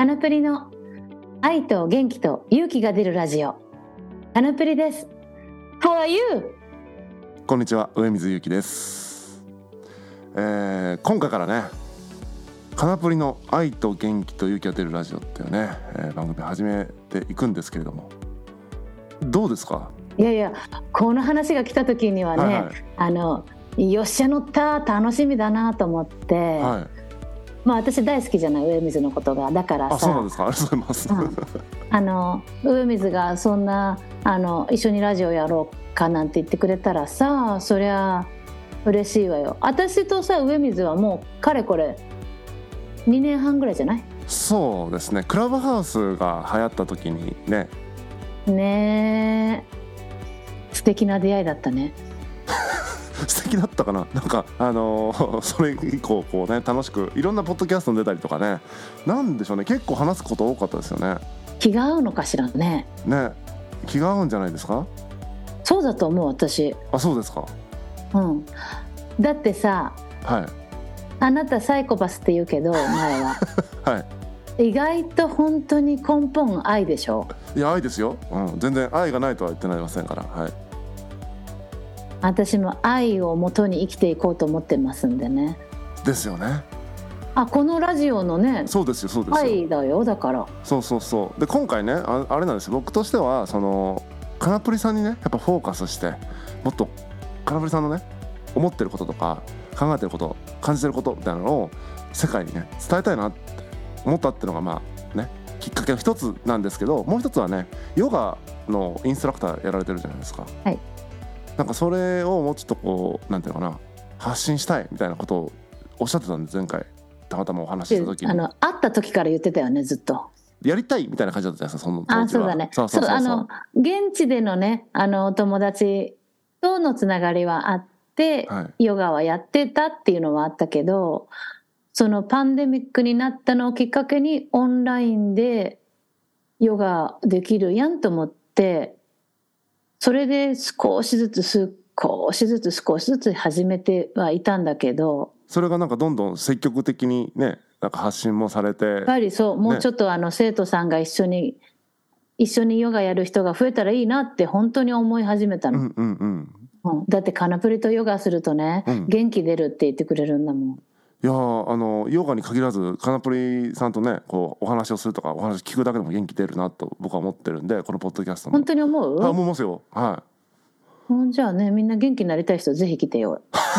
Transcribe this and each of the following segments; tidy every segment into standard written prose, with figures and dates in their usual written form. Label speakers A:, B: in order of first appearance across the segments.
A: カナプリの愛と元気と勇気が出るラジオ、カナプリです。 How are you?
B: こんにちは、上水ゆきです。今回からね、カナプリの愛と元気と勇気が出るラジオっていうね、番組始めていくんですけれども、どうですか？
A: いやこの話が来た時にはね、よっしゃ乗った、楽しみだなと思って、私大好きじゃない、上水のことが。だからさ。
B: そうなんですか、ありがとうござい
A: ます。上水がそんな一緒にラジオやろうかなんて言ってくれたらさ、そりゃ嬉しいわよ。私とさ、上水はもうかれこれ2年半ぐらいじゃない？
B: そうですね、クラブハウスが流行った時に
A: ね素敵な出会いだったね。
B: 素敵だったかな。なんかそれ以降こうね、楽しくいろんなポッドキャストに出たりとかね、なんでしょうね、結構話すこと多かったですよね。
A: 気が合うのかしらね。
B: 気が合うんじゃないですか？
A: そうだと思う、私。
B: そうですか。
A: だってさ、あなたサイコパスって言うけど前は意外と本当に根本愛でしょ。
B: いや、愛ですよ、全然愛がないとは言ってませんから。
A: 私も愛を元に生きていこうと思ってますんでね。
B: ですよね。
A: このラジオのね、
B: そうですよ
A: 愛だよ。だから
B: そうで、今回ね、あれなんですよ、僕としてはそのカナプリさんにね、やっぱフォーカスして、もっとカナプリさんのね、思ってることとか考えてること、感じてることみたいなのを世界にね、伝えたいなって思ったっていうのがきっかけの一つなんですけど、もう一つはね、ヨガのインストラクターやられてるじゃないですか。なんかそれをもうちょっとこう、なんていうのかな、発信したいみたいなことをおっしゃってたんで、前回たまたまお話しした時に、
A: 会った時から言ってたよね、ずっと。
B: やりたいみたいな感じだったじゃないですか、その当時は。
A: そうだね。現地でのね、お友達とのつながりはあって、ヨガはやってたっていうのはあったけど、そのパンデミックになったのをきっかけにオンラインでヨガできるやんと思って、それで少しずつ始めてはいたんだけど、
B: それがなんかどんどん積極的にね、なんか発信もされて、やっ
A: ぱりそう、もうちょっと生徒さんが一緒にヨガやる人が増えたらいいなって本当に思い始めたの。だってカナプリとヨガするとね、元気出るって言ってくれるんだもん。
B: いや、ヨガに限らずカナプリさんとね、こうお話をするとか、お話聞くだけでも元気出るなと僕は思ってるんで、このポッドキャストも。
A: 本当に思う？
B: 思いますよ。
A: じゃあね、みんな元気になりたい人ぜひ来てよ。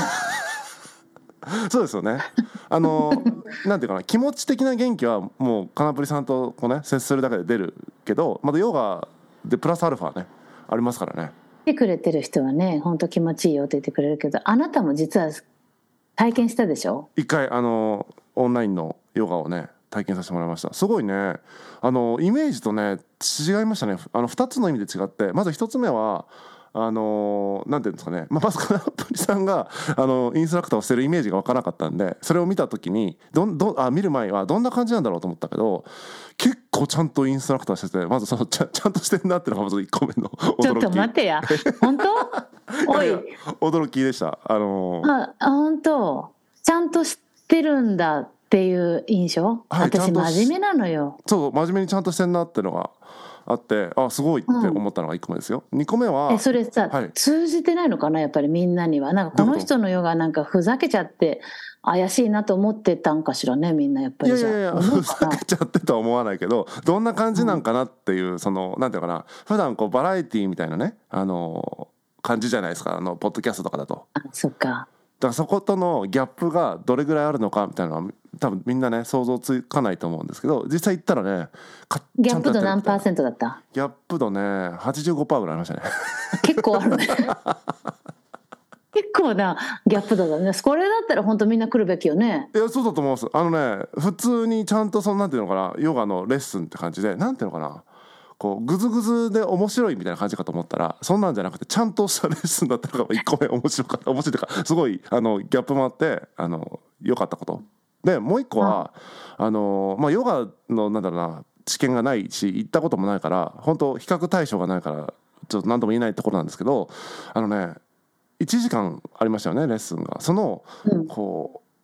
B: そうですよね。なんていうかな、気持ち的な元気はもうカナプリさんとこう、接するだけで出るけど、まだヨガでプラスアルファね、ありますからね。
A: 来てくれてる人はね、本当気持ちいいよって言ってくれるけど、あなたも実は体験したでしょ？一回
B: オンラインのヨガをね、体験させてもらいました。すごいね、イメージとね違いましたね。2つの意味で違って、まず1つ目はなんていうんですかね、まずカナプリさんがインストラクターをしてるイメージが分からなかったんで、それを見た時に見る前はどんな感じなんだろうと思ったけど、結構ちゃんとインストラクターしてて、まずそのちゃんとしてんなっていうのがまず1個目の驚き。
A: ちょっと待ってや、本当？おい、
B: 驚きでした。
A: 本当ちゃんとしてるんだっていう印象。私真面目なのよ。
B: そう、真面目にちゃんとしてんなっていうのがあって、すごいって思ったのが1個目ですよ。2個目は
A: それさ、通じてないのかな、やっぱりみんなには。なんかこの人のヨガなんかふざけちゃって怪しいなと思ってたんかしらね、みんな。やっぱり。
B: いやふざけちゃってとは思わないけど、どんな感じなんかなっていう、そのなんていうかな、普段こうバラエティみたいなね、感じじゃないですか、ポッドキャストとかだと。
A: そっか。
B: だからそことのギャップがどれぐらいあるのかみたいなのは多分みんなね想像つかないと思うんですけど、実際行ったらね、
A: ギャップ度何%だった？
B: ギャップ度ね 85% ぐらいありましたね。
A: 結構あるね。結構なギャップ度だね。これだったら本当みんな来るべきよね。
B: いや、そうだと思います。普通にちゃんとなんていうのかな、ヨガのレッスンって感じで、なんていうのかな、こうグズグズで面白いみたいな感じかと思ったら、そんなんじゃなくてちゃんとしたレッスンだったのが1個目面白かった。面白いというか、すごいギャップもあって良かったことで、もう1個はヨガのなんだろうな、知見がないし行ったこともないから、本当比較対象がないからちょっと何とも言えないところなんですけど、1時間ありましたよね、レッスンが。そのこ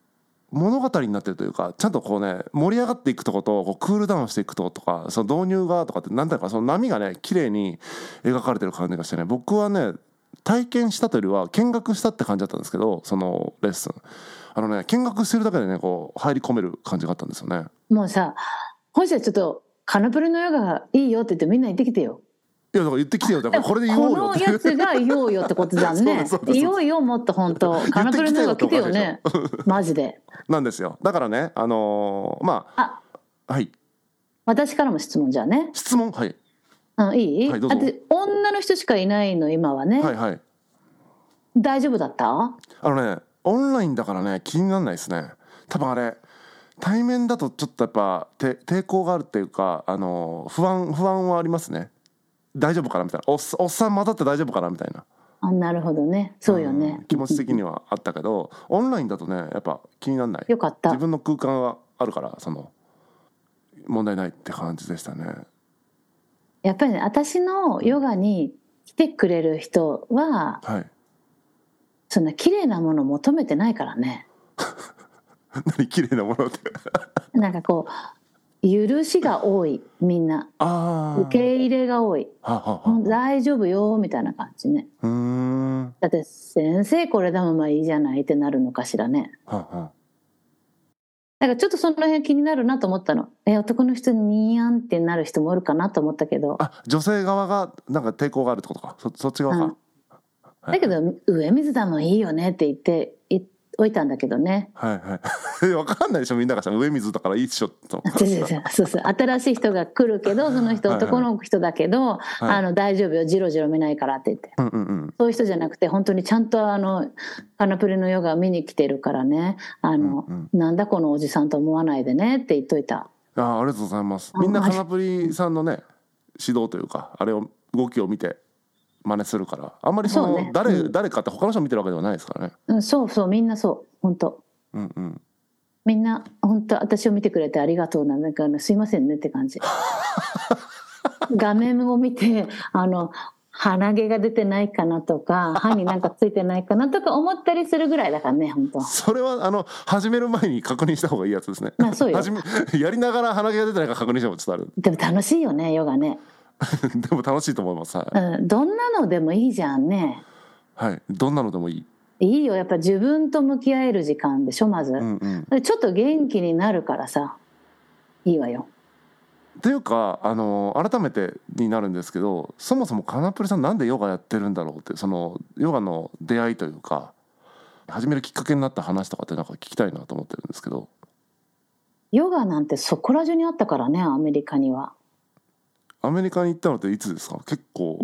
B: 物語になってるというか、ちゃんとこうね盛り上がっていくとことこうクールダウンしていくとことか、その導入がとかってなんだかその波がね綺麗に描かれてる感じがしてね、僕はね体験したというよりは見学したって感じだったんですけど、そのレッスン見学してるだけでねこう入り込める感じがあったんですよね。
A: もうさ、ほんじゃちょっとカナプリのヨガがいいよって言ってみんな言ってきてよ。
B: いやだから言ってきてよ、だからこれで言おうよって
A: このやつが言おうよってことじゃんね。言おうよ、もっと本当カナプリのヨガ来てよねマジで。
B: なんですよ。だからねはい、
A: 私からも質問じゃあね。
B: 質問、はい、
A: いい？
B: はい、どうぞ。
A: 女の人しかいないの今はね。
B: はいはい。
A: 大丈夫だった？
B: オンラインだからね気にならないですね。多分あれ対面だとちょっとやっぱ抵抗があるっていうか、不安はありますね。大丈夫かなみたいな、おっさん混ざって大丈夫かなみたいな。
A: なるほどね、そうよね、
B: 気持ち的にはあったけどオンラインだとねやっぱ気にならない。
A: よかった。
B: 自分の空間があるからその問題ないって感じでしたね。
A: やっぱりね、私のヨガに来てくれる人は、
B: はい、
A: そんな綺麗なもの求めてないからね
B: 何綺麗なものって
A: なんかこう許しが多い、みんな受け入れが多い、大丈夫よみたいな感じね。だって先生これでもまあいいじゃないってなるのかしらね。だからちょっとその辺気になるなと思ったの。男の人にニーンってなる人もおるかなと思ったけど、
B: 女性側がなんか抵抗があるってことか。そっち側か、
A: だけど上水田もいいよねって言っておいたんだけどね。
B: はいはい分かんないでしょみんながさ、上水だからいいでしょと
A: そう新しい人が来るけどその人男の人だけど、大丈夫よジロジロ見ないからって言って、そういう人じゃなくて本当にちゃんとカナプリのヨガ見に来てるからね、なんだこのおじさんと思わないでねって言っといた。
B: ありがとうございます。みんなカナプリさんのね指導というかあれを動きを見て真似するから、あんまりそのそう、ね、誰かって他の人見てるわけではないですからね。そうみんなそう本当、みんな本当私を見てくれてありがとうなんかすいませんねって感じ画面を見て鼻毛が出てないかなとか歯になんかついてないかなとか思ったりするぐらいだからね本当。 それは始める前に確認した方がいいやつですね。
A: そうよ
B: やりながら鼻毛が出てないか確認してもちょっとある。
A: でも楽しいよねヨガね
B: でも楽しいと思います、
A: どんなのでもいいじゃんね。
B: はい、どんなのでもいい。
A: いいよ、やっぱ自分と向き合える時間でしょまず、ちょっと元気になるからさいいわよ。
B: っていうか改めてになるんですけど、そもそもカナプリさんなんでヨガやってるんだろうって、そのヨガの出会いというか始めるきっかけになった話とかってなんか聞きたいなと思ってるんですけど。
A: ヨガなんてそこら中にあったからねアメリカには。
B: アメリカに行ったのっていつですか？結構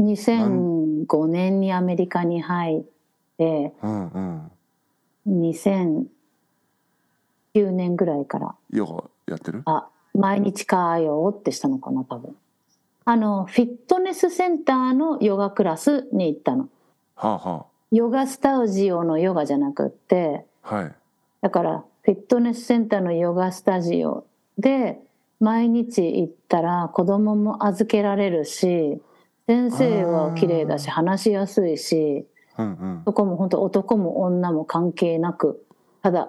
A: 2005年にアメリカに入って、2009年ぐらいから
B: ヨガやってる？
A: 毎日通おうってしたのかな多分。フィットネスセンターのヨガクラスに行ったの。ヨガスタジオのヨガじゃなくって、だからフィットネスセンターのヨガスタジオで毎日行ったら子供も預けられるし先生は綺麗だし話しやすいし、そこも本当男も女も関係なくただ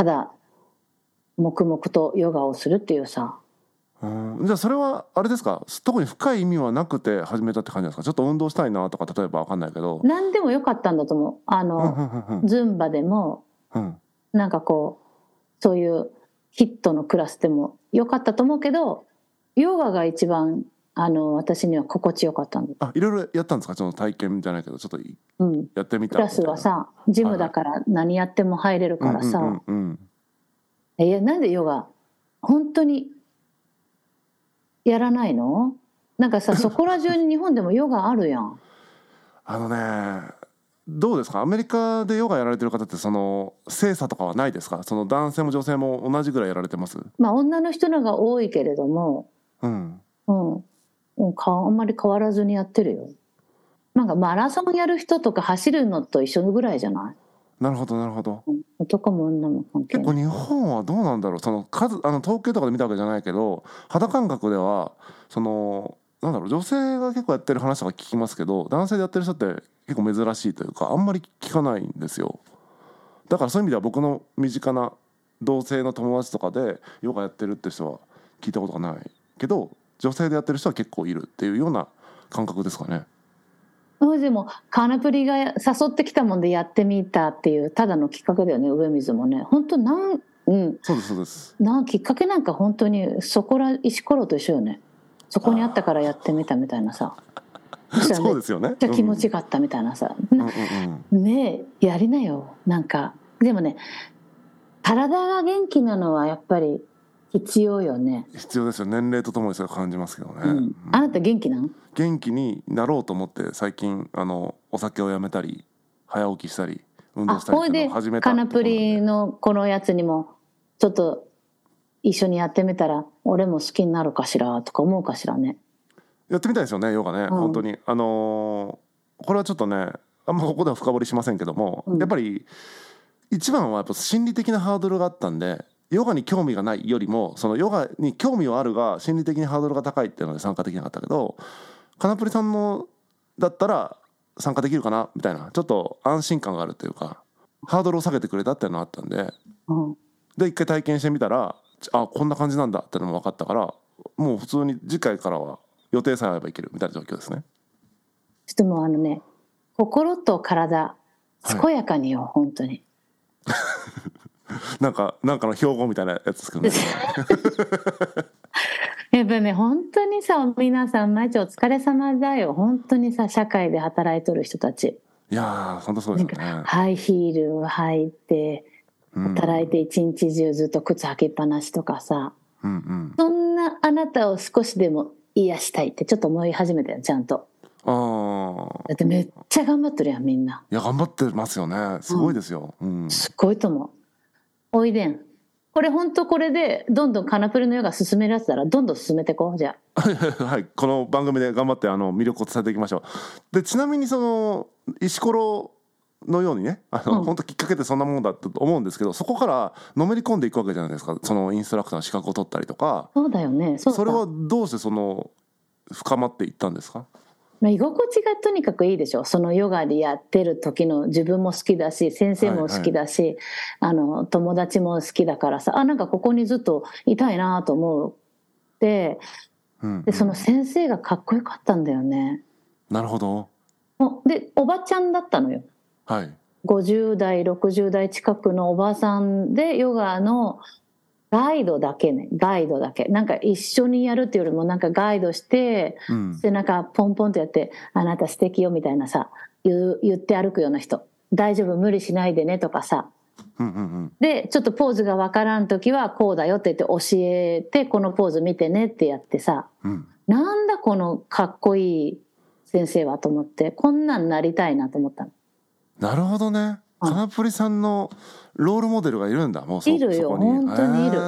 A: 黙々とヨガをするっていうさ。
B: じゃあそれはあれですか、特に深い意味はなくて始めたって感じですか？ちょっと運動したいなとか例えば分かんないけど
A: 何でもよかったんだと思う。ズンバでも、なんかこうそういうヒットのクラスでもよかったと思うけどヨガが一番私には心地よかったんだ。
B: いろいろやったんですか？その体験じゃないけどちょっとやってみた
A: クラスはさジムだから何やっても入れるからさ、なんでヨガ本当にやらないの？なんかさそこら中に日本でもヨガあるやん。
B: どうですか？アメリカでヨガやられてる方ってその性差とかはないですか？その男性も女性も同じぐらいやられてます？
A: 女の人のが多いけれども、あんまり変わらずにやってるよ。なんかマラソンやる人とか走るのと一緒ぐらいじゃない？
B: なるほどなるほど、
A: 男も女も関係ない。
B: 結構日本はどうなんだろう、その数統計とかで見たわけじゃないけど肌感覚ではその女性が結構やってる話とか聞きますけど男性でやってる人って結構珍しいというかあんまり聞かないんですよ。だからそういう意味では僕の身近な同性の友達とかでヨガやってるって人は聞いたことがないけど、女性でやってる人は結構いるっていうような感覚ですかね。
A: でもカナプリが誘ってきたもんでやってみたっていうただのきっかけだよね。上水もね、本当
B: そうですそうです。
A: きっかけなんか本当にそこら石ころと一緒よね。そこにあったからやってみたみたいなさ。
B: そうですよね。
A: じゃ気持ちよかったみたいなさ、ねえやりなよ。なんかでもね、体が元気なのはやっぱり必要よね。
B: 必要ですよ。年齢とともにそれ感じますけどね、
A: あなた元気なの？
B: 元気になろうと思って最近お酒をやめたり早起きしたり運動したりっていうのを始めた。
A: カナプリのこのやつにもちょっと一緒にやってみたら俺も好きになるかしらとか思うかしらね。
B: やってみたいですよね、ヨガね、本当にこれはちょっとねあんまここでは深掘りしませんけども、やっぱり一番はやっぱ心理的なハードルがあったんで、ヨガに興味がないよりもそのヨガに興味はあるが心理的にハードルが高いっていうので参加できなかったけど、カナプリさんのだったら参加できるかなみたいな、ちょっと安心感があるというかハードルを下げてくれたっていうのがあったんで、で一回体験してみたらこんな感じなんだっていうのも分かったから、もう普通に次回からは予定さえあればいけるみたいな状況ですね。
A: ちょっともう心と体健やかによ、本当に
B: なんかの標語みたいなやつですけどね
A: やっぱね本当にさ、皆さん毎日お疲れ様だよ。本当にさ、社会で働いとる人たち、
B: いや本当そうですよね。
A: ハイヒールを履いて働いて一日中ずっと靴履きっぱなしとかさ、そんなあなたを少しでも癒したいってちょっと思い始めたよ、ちゃんと。だってめっちゃ頑張ってるやん、みんな。
B: いや頑張ってますよね。すごいですよ、
A: すごいと思う。おいでん、これ本当これでどんどんカナプリのヨガ進めるやつならどんどん進めてこう。じゃあ
B: はい、この番組で頑張って魅力を伝えていきましょう。でちなみにその石ころのようにね、本当きっかけってそんなものだと思うんですけど、そこからのめり込んでいくわけじゃないですか。そのインストラクターの資格を取ったりとか。
A: そうだよね。
B: それはどうして深まっていったんですか？
A: 居心地がとにかくいいでしょ。そのヨガでやってる時の自分も好きだし、先生も好きだし、友達も好きだからさ、なんかここにずっといたいなと思う。で、その先生がかっこよかったんだよね。
B: なるほど。
A: でおばちゃんだったのよ。50代60代近くのおばさんで、ヨガのガイドだけなんか一緒にやるっていうよりもなんかガイドして、背中ポンポンとやってあなた素敵よみたいなさ、言って歩くような人、大丈夫無理しないでねとかさ、でちょっとポーズがわからん時はこうだよって言って教えて、このポーズ見てねってやってさ、なんだこのかっこいい先生はと思って、こんなんなりたいなと思ったの。
B: なるほどね。カナプリさんのロールモデルがいるんだ。もう
A: いるよ、本当にいる。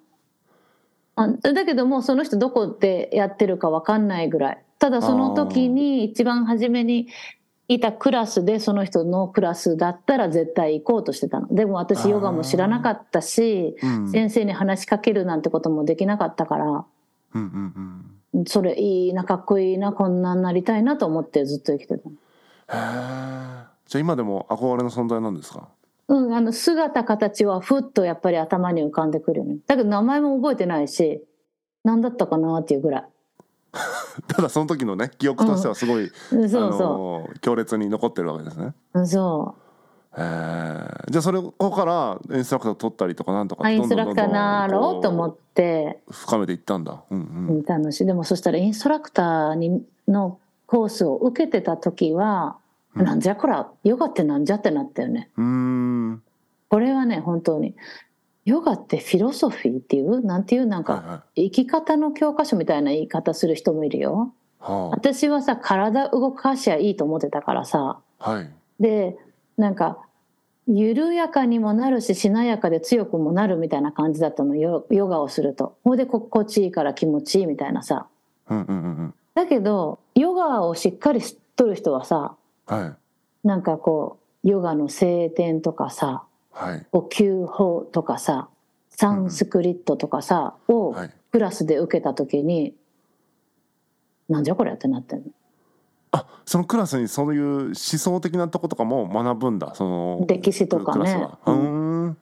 A: だけどもその人どこでやってるか分かんないぐらい。ただその時に一番初めにいたクラスでその人のクラスだったら絶対行こうとしてたの。でも私ヨガも知らなかったし、先生に話しかけるなんてこともできなかったから、それいいな、かっこいいな、こんなんなりたいなと思ってずっと生きてたの。
B: じゃあ今でも憧れの存在なんですか？
A: 姿形はふっとやっぱり頭に浮かんでくるよね。だけど名前も覚えてないし、何だったかなっていうぐらい
B: ただその時のね記憶としてはすごい、強烈に残ってるわけですね。じゃあここからインストラクター取ったりとかなんとか
A: インストラクターなろうと思って
B: 深めていったんだ。
A: 楽しい。でもそしたらインストラクターのコースを受けてた時は、なんじゃこらヨガってなんじゃってなったよね。これはね本当にヨガってフィロソフィーっていうなんていう、なんか生き方の教科書みたいな言い方する人もいるよ。私はさ、体動かしゃいいと思ってたからさ、でなんか緩やかにもなるししなやかで強くもなるみたいな感じだったの、ヨガをすると。ほいで心地いいから気持ちいいみたいなさ、だけどヨガをしっかり知っとる人はさ、なんかこうヨガの聖典とかさ、呼吸法とかさ、サンスクリットとかさをクラスで受けた時に、なんじゃこれってなってるの。
B: そのクラスにそういう思想的なとことかも学ぶんだ、その
A: 歴史とかね。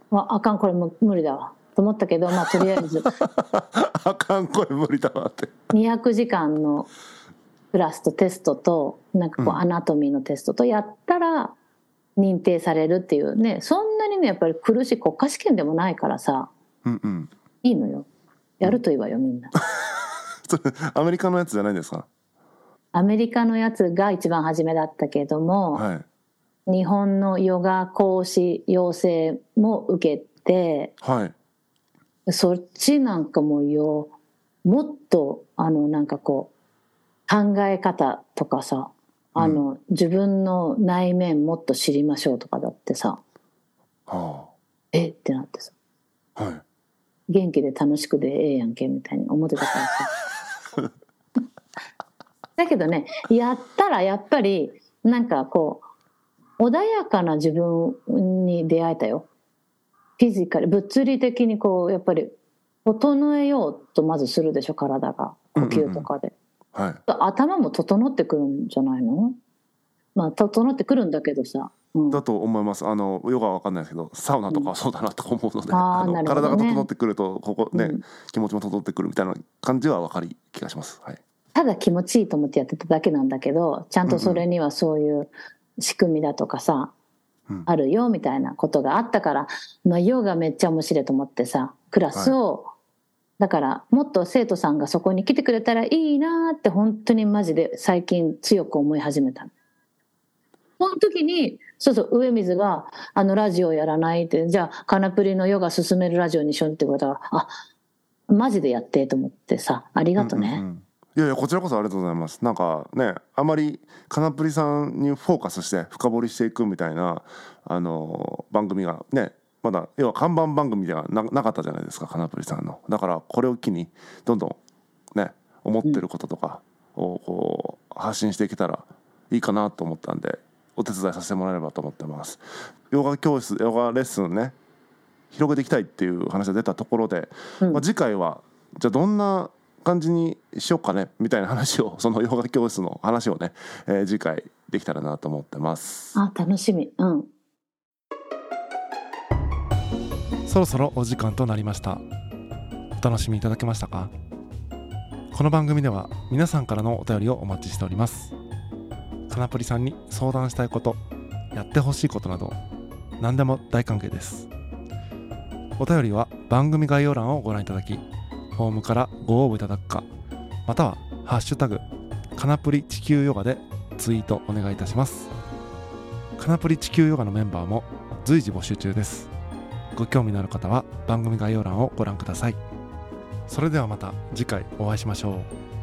A: あかんこれも無理だわと思ったけど、まあとりあえず
B: あかんこれ無理だわって
A: 200時間のクラスとテストとなんかこうアナトミーのテストとやったら認定されるっていうね、そんなにねやっぱり苦しい国家試験でもないからさ、
B: うんうん、
A: いいのよ、やるといいわよみんな
B: それアメリカのやつじゃないんですか？
A: アメリカのやつが一番初めだったけれども、はい、日本のヨガ講師養成も受けて、はい、そっちなんかももっとなんかこう考え方とかさ、自分の内面もっと知りましょうとかだってさ、はあ、ってなってさ、はい、元気で楽しくでええやんけみたいに思ってたからさだけどね、やったらやっぱりなんかこう穏やかな自分に出会えたよ。フィジカル物理的にこうやっぱり整えようとまずするでしょ、体が呼吸とかで、はい、頭も整ってくるんじゃないの？まあ整ってくるんだけどさ、
B: だと思います。ヨガは分かんないですけどサウナとかはそうだなと思うので、体が整ってくるとここね、気持ちも整ってくるみたいな感じは分かる気がします、はい、
A: ただ気持ちいいと思ってやってただけなんだけど、ちゃんとそれにはそういう仕組みだとかさ、あるよみたいなことがあったから、まあ、ヨガめっちゃ面白いと思ってさ、クラスを、だからもっと生徒さんがそこに来てくれたらいいなって本当にマジで最近強く思い始めた。その時に上水がラジオやらないって、じゃあカナプリのヨガ進めるラジオにしようってことは、マジでやってと思ってさ、ありがとね、
B: いやいやこちらこそありがとうございます。なんかね、あまりカナプリさんにフォーカスして深掘りしていくみたいな番組がね、まだ要は看板番組では なかったじゃないですか、カナプリさんの。だからこれを機にどんどんね思ってることとかをこう発信していけたらいいかなと思ったんで、お手伝いさせてもらえればと思ってます。ヨガ教室、ヨガレッスンね広げていきたいっていう話が出たところで、次回はじゃあどんな感じにしようかねみたいな話を、そのヨガ教室の話をね、次回できたらなと思ってます。
A: 楽しみ。
C: そろそろお時間となりました。お楽しみいただけましたか？この番組では皆さんからのお便りをお待ちしております。カナプリさんに相談したいこと、やってほしいことなど何でも大歓迎です。お便りは番組概要欄をご覧いただき、フォームからご応募いただくか、またはハッシュタグカナプリ地球ヨガでツイートお願いいたします。カナプリ地球ヨガのメンバーも随時募集中です。ご興味のある方は番組概要欄をご覧ください。それではまた次回お会いしましょう。